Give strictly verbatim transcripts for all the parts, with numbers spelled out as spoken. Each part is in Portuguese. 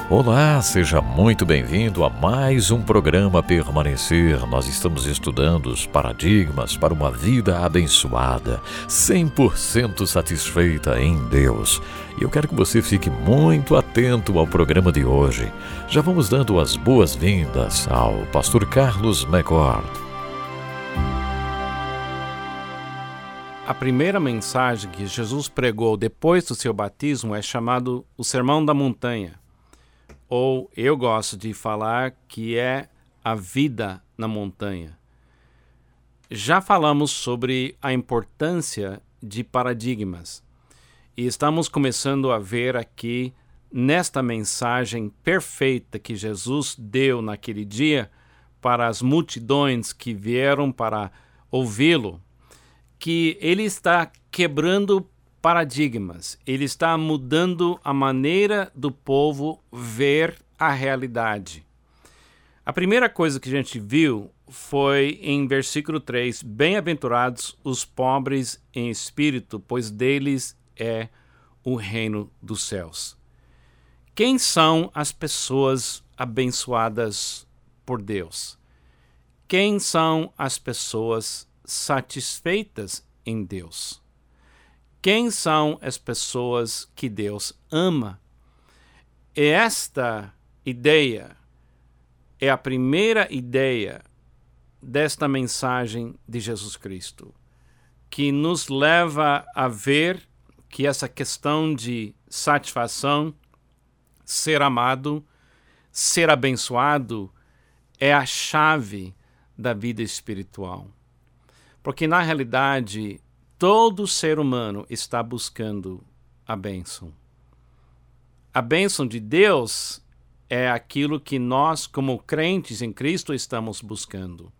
Olá, seja muito bem-vindo a mais um programa Permanecer. Nós estamos estudando os paradigmas para uma vida abençoada, cem por cento satisfeita em Deus. E eu quero que você fique muito atento ao programa de hoje. Já vamos dando as boas-vindas ao pastor Carlos McCord. A primeira mensagem que Jesus pregou depois do seu batismo é chamado o Sermão da Montanha. Ou eu gosto de falar que é a vida na montanha. Já falamos sobre a importância de paradigmas e estamos começando a ver aqui nesta mensagem perfeita que Jesus deu naquele dia para as multidões que vieram para ouvi-lo, que ele está quebrando paradigmas, ele está mudando a maneira do povo ver a realidade. A primeira coisa que a gente viu foi em versículo três, bem-aventurados os pobres em espírito, pois deles é o reino dos céus. Quem são as pessoas abençoadas por Deus? Quem são as pessoas satisfeitas em Deus? Quem são as pessoas que Deus ama? E esta ideia é a primeira ideia desta mensagem de Jesus Cristo, que nos leva a ver que essa questão de satisfação, ser amado, ser abençoado, é a chave da vida espiritual. Porque, na realidade, todo ser humano está buscando a bênção. A bênção de Deus é aquilo que nós, como crentes em Cristo, estamos buscando.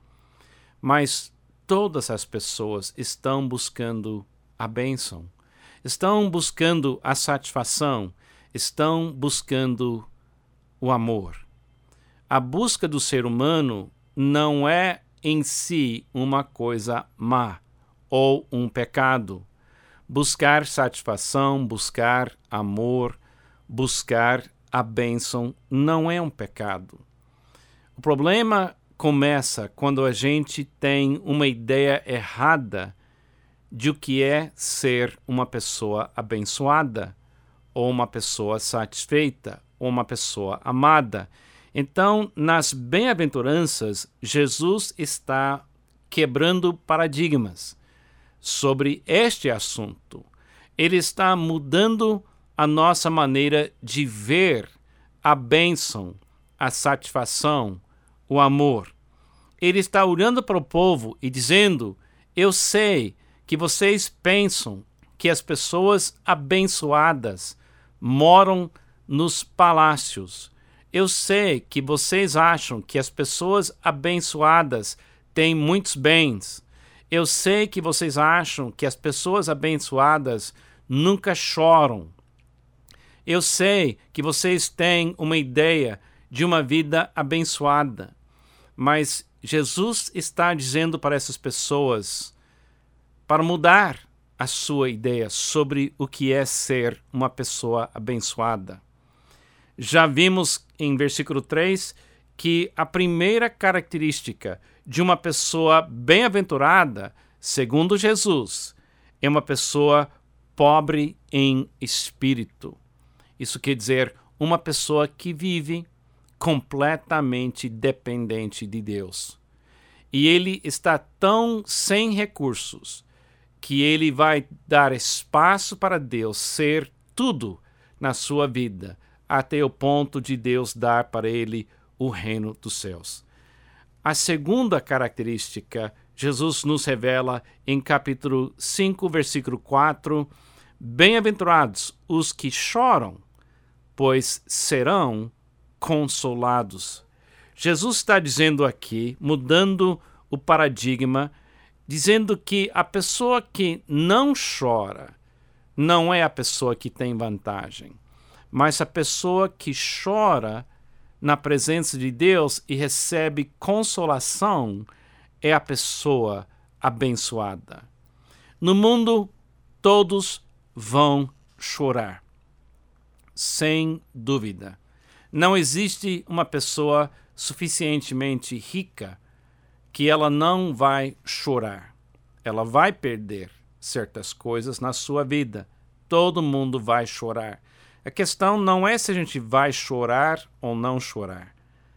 Mas todas as pessoas estão buscando a bênção, estão buscando a satisfação, estão buscando o amor. A busca do ser humano não é em si uma coisa má ou um pecado. Buscar satisfação, buscar amor, buscar a bênção não é um pecado. O problema começa quando a gente tem uma ideia errada de o que é ser uma pessoa abençoada, ou uma pessoa satisfeita, ou uma pessoa amada. Então, nas bem-aventuranças, Jesus está quebrando paradigmas sobre este assunto. Ele está mudando a nossa maneira de ver a bênção, a satisfação, o amor. Ele está olhando para o povo e dizendo: eu sei que vocês pensam que as pessoas abençoadas moram nos palácios. Eu sei que vocês acham que as pessoas abençoadas têm muitos bens. Eu sei que vocês acham que as pessoas abençoadas nunca choram. Eu sei que vocês têm uma ideia de uma vida abençoada. Mas Jesus está dizendo para essas pessoas para mudar a sua ideia sobre o que é ser uma pessoa abençoada. Já vimos em versículo três que a primeira característica de uma pessoa bem-aventurada, segundo Jesus, é uma pessoa pobre em espírito. Isso quer dizer uma pessoa que vive completamente dependente de Deus. E ele está tão sem recursos que ele vai dar espaço para Deus ser tudo na sua vida, até o ponto de Deus dar para ele o reino dos céus. A segunda característica, Jesus nos revela em capítulo cinco, versículo quatro, bem-aventurados os que choram, pois serão consolados. Jesus está dizendo aqui, mudando o paradigma, dizendo que a pessoa que não chora não é a pessoa que tem vantagem, mas a pessoa que chora na presença de Deus e recebe consolação é a pessoa abençoada. No mundo, todos vão chorar, sem dúvida. Não existe uma pessoa suficientemente rica que ela não vai chorar. Ela vai perder certas coisas na sua vida. Todo mundo vai chorar. A questão não é se a gente vai chorar ou não chorar.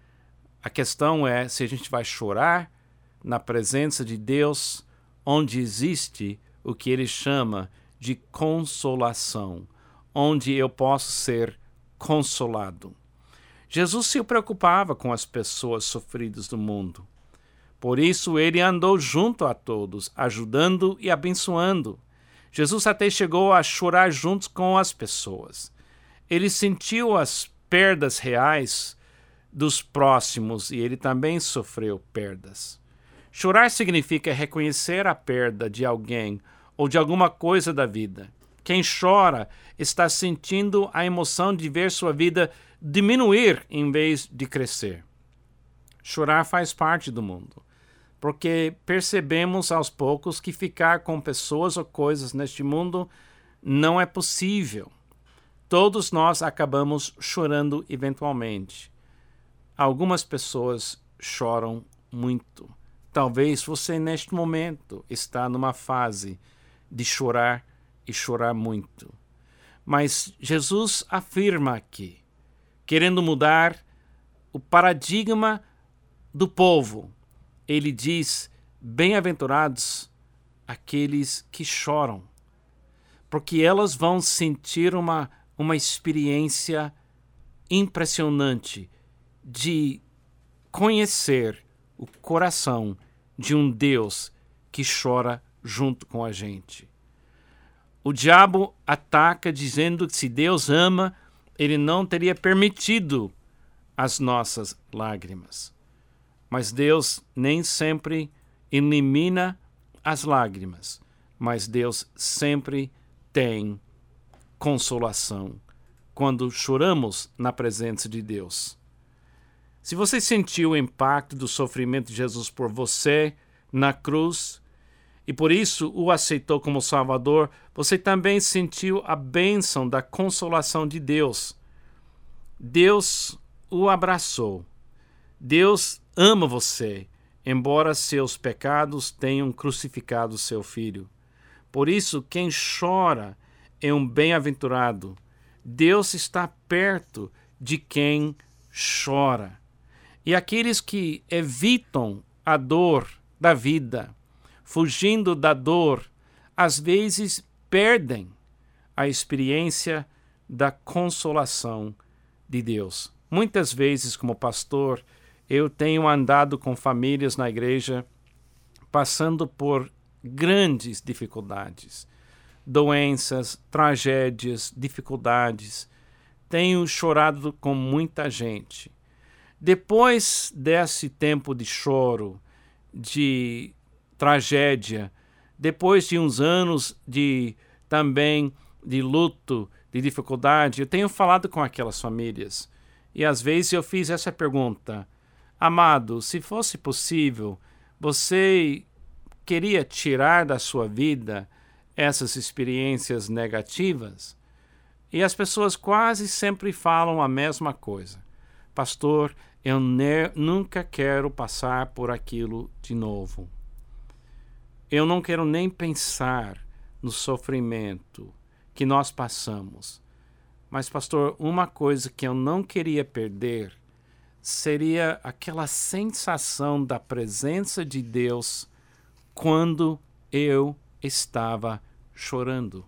A questão é se a gente vai chorar na presença de Deus, onde existe o que ele chama de consolação, onde eu posso ser consolado. Jesus se preocupava com as pessoas sofridas do mundo. Por isso, ele andou junto a todos, ajudando e abençoando. Jesus até chegou a chorar juntos com as pessoas. Ele sentiu as perdas reais dos próximos e ele também sofreu perdas. Chorar significa reconhecer a perda de alguém ou de alguma coisa da vida. Quem chora está sentindo a emoção de ver sua vida diminuir em vez de crescer. Chorar faz parte do mundo, porque percebemos aos poucos que ficar com pessoas ou coisas neste mundo não é possível. Todos nós acabamos chorando eventualmente. Algumas pessoas choram muito. Talvez você, neste momento, está numa fase de chorar e chorar muito. Mas Jesus afirma aqui, querendo mudar o paradigma do povo. Ele diz, bem-aventurados aqueles que choram, porque elas vão sentir uma, uma experiência impressionante de conhecer o coração de um Deus que chora junto com a gente. O diabo ataca dizendo que se Deus ama, ele não teria permitido as nossas lágrimas. Mas Deus nem sempre elimina as lágrimas, mas Deus sempre tem consolação quando choramos na presença de Deus. Se você sentiu o impacto do sofrimento de Jesus por você na cruz e por isso o aceitou como Salvador, você também sentiu a bênção da consolação de Deus. Deus o abraçou. Deus ama você, embora seus pecados tenham crucificado seu filho. Por isso, quem chora é um bem-aventurado. Deus está perto de quem chora. E aqueles que evitam a dor da vida, fugindo da dor, às vezes perdem a experiência da consolação de Deus. Muitas vezes, como pastor, eu tenho andado com famílias na igreja passando por grandes dificuldades, doenças, tragédias, dificuldades. Tenho chorado com muita gente. Depois desse tempo de choro, de tragédia, depois de uns anos de também de luto, de dificuldade, eu tenho falado com aquelas famílias e às vezes eu fiz essa pergunta: amado, se fosse possível, você queria tirar da sua vida essas experiências negativas? E as pessoas quase sempre falam a mesma coisa: pastor, eu ne- nunca quero passar por aquilo de novo. Eu não quero nem pensar no sofrimento que nós passamos. Mas, pastor, uma coisa que eu não queria perder seria aquela sensação da presença de Deus quando eu estava chorando.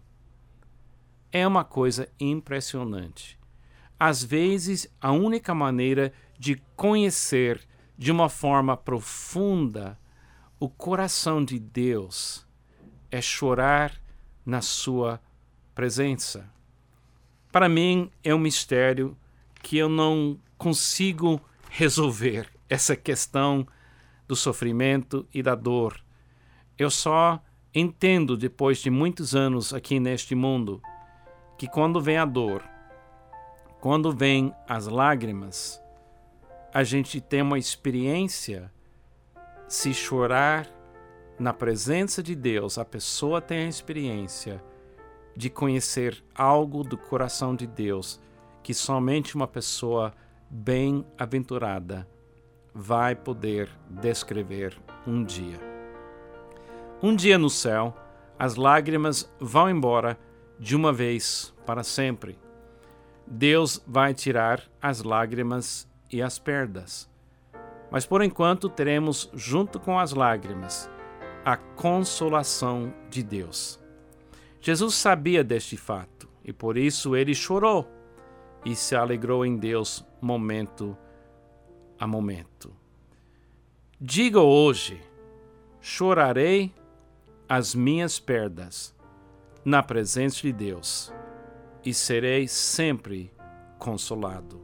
É uma coisa impressionante. Às vezes, a única maneira de conhecer de uma forma profunda o coração de Deus é chorar na sua presença. Para mim, é um mistério que eu não consigo resolver, essa questão do sofrimento e da dor. Eu só entendo, depois de muitos anos aqui neste mundo, que quando vem a dor, quando vem as lágrimas, a gente tem uma experiência. Se chorar na presença de Deus, a pessoa tem a experiência de conhecer algo do coração de Deus que somente uma pessoa bem-aventurada vai poder descrever um dia. Um dia no céu, as lágrimas vão embora de uma vez para sempre. Deus vai tirar as lágrimas e as perdas. Mas por enquanto teremos, junto com as lágrimas, a consolação de Deus. Jesus sabia deste fato e por isso ele chorou e se alegrou em Deus momento a momento. Diga hoje: chorarei as minhas perdas na presença de Deus e serei sempre consolado.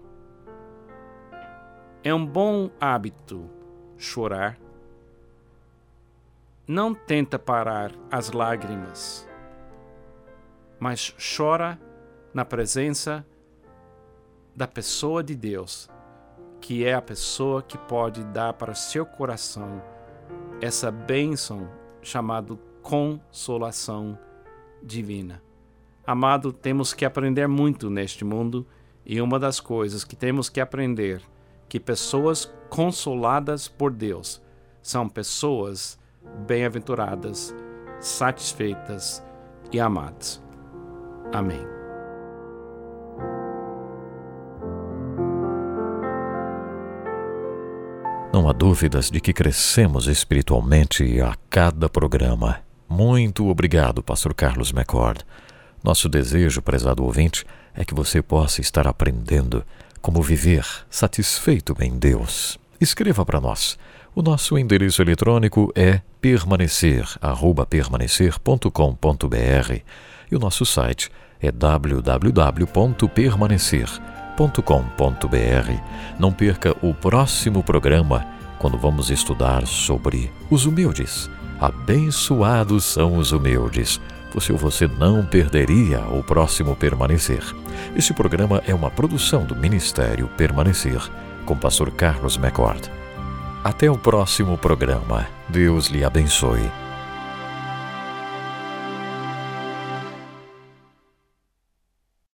É um bom hábito chorar. Não tenta parar as lágrimas, mas chora na presença da pessoa de Deus, que é a pessoa que pode dar para seu coração essa bênção chamada consolação divina. Amado, temos que aprender muito neste mundo, e uma das coisas que temos que aprender é que pessoas consoladas por Deus são pessoas bem-aventuradas, satisfeitas e amadas. Amém. Não há dúvidas de que crescemos espiritualmente a cada programa. Muito obrigado, pastor Carlos McCord. Nosso desejo, prezado ouvinte, é que você possa estar aprendendo como viver satisfeito em Deus. Escreva para nós. O nosso endereço eletrônico é permanecer arroba permanecer ponto com ponto b r e o nosso site é w w w ponto permanecer ponto com ponto b r. Não perca o próximo programa, quando vamos estudar sobre os humildes. Abençoados são os humildes. Você ou você não perderia o próximo Permanecer. Este programa é uma produção do Ministério Permanecer, com o pastor Carlos McCord. Até o próximo programa. Deus lhe abençoe.